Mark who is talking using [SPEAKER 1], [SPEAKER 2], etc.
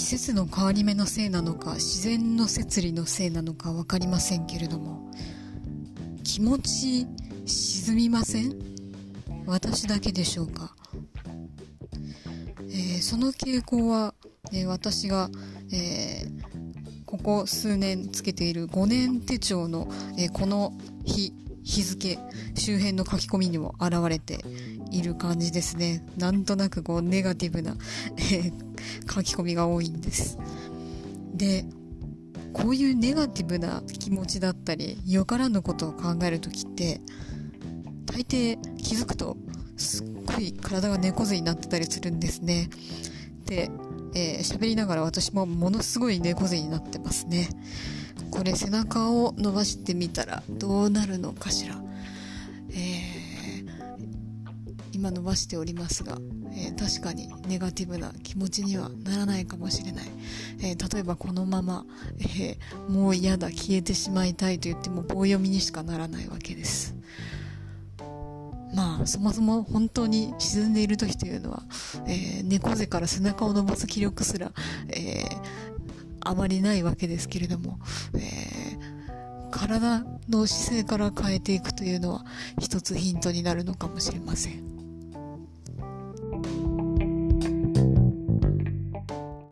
[SPEAKER 1] 季節の変わり目のせいなのか、自然の摂理のせいなのか分かりませんけれども、気持ち沈みません？私だけでしょうか？その傾向は、私が、ここ数年つけている5年手帳の、この日付周辺の書き込みにも現れている感じですね。なんとなくネガティブな、書き込みが多いんです。で、こういうネガティブな気持ちだったりよからぬことを考えるときって、大抵気づくとすっごい体が猫背になってたりするんですね。で、喋りながら私もものすごい猫背になってますね。これ背中を伸ばしてみたらどうなるのかしら。今伸ばしておりますが、確かにネガティブな気持ちにはならないかもしれない。例えばこのまま、もう嫌だ、消えてしまいたいと言っても棒読みにしかならないわけです。まあそもそも本当に沈んでいる時というのは、猫背から背中を伸ばす気力すら、あまりないわけですけれども、体の姿勢から変えていくというのは一つヒントになるのかもしれません。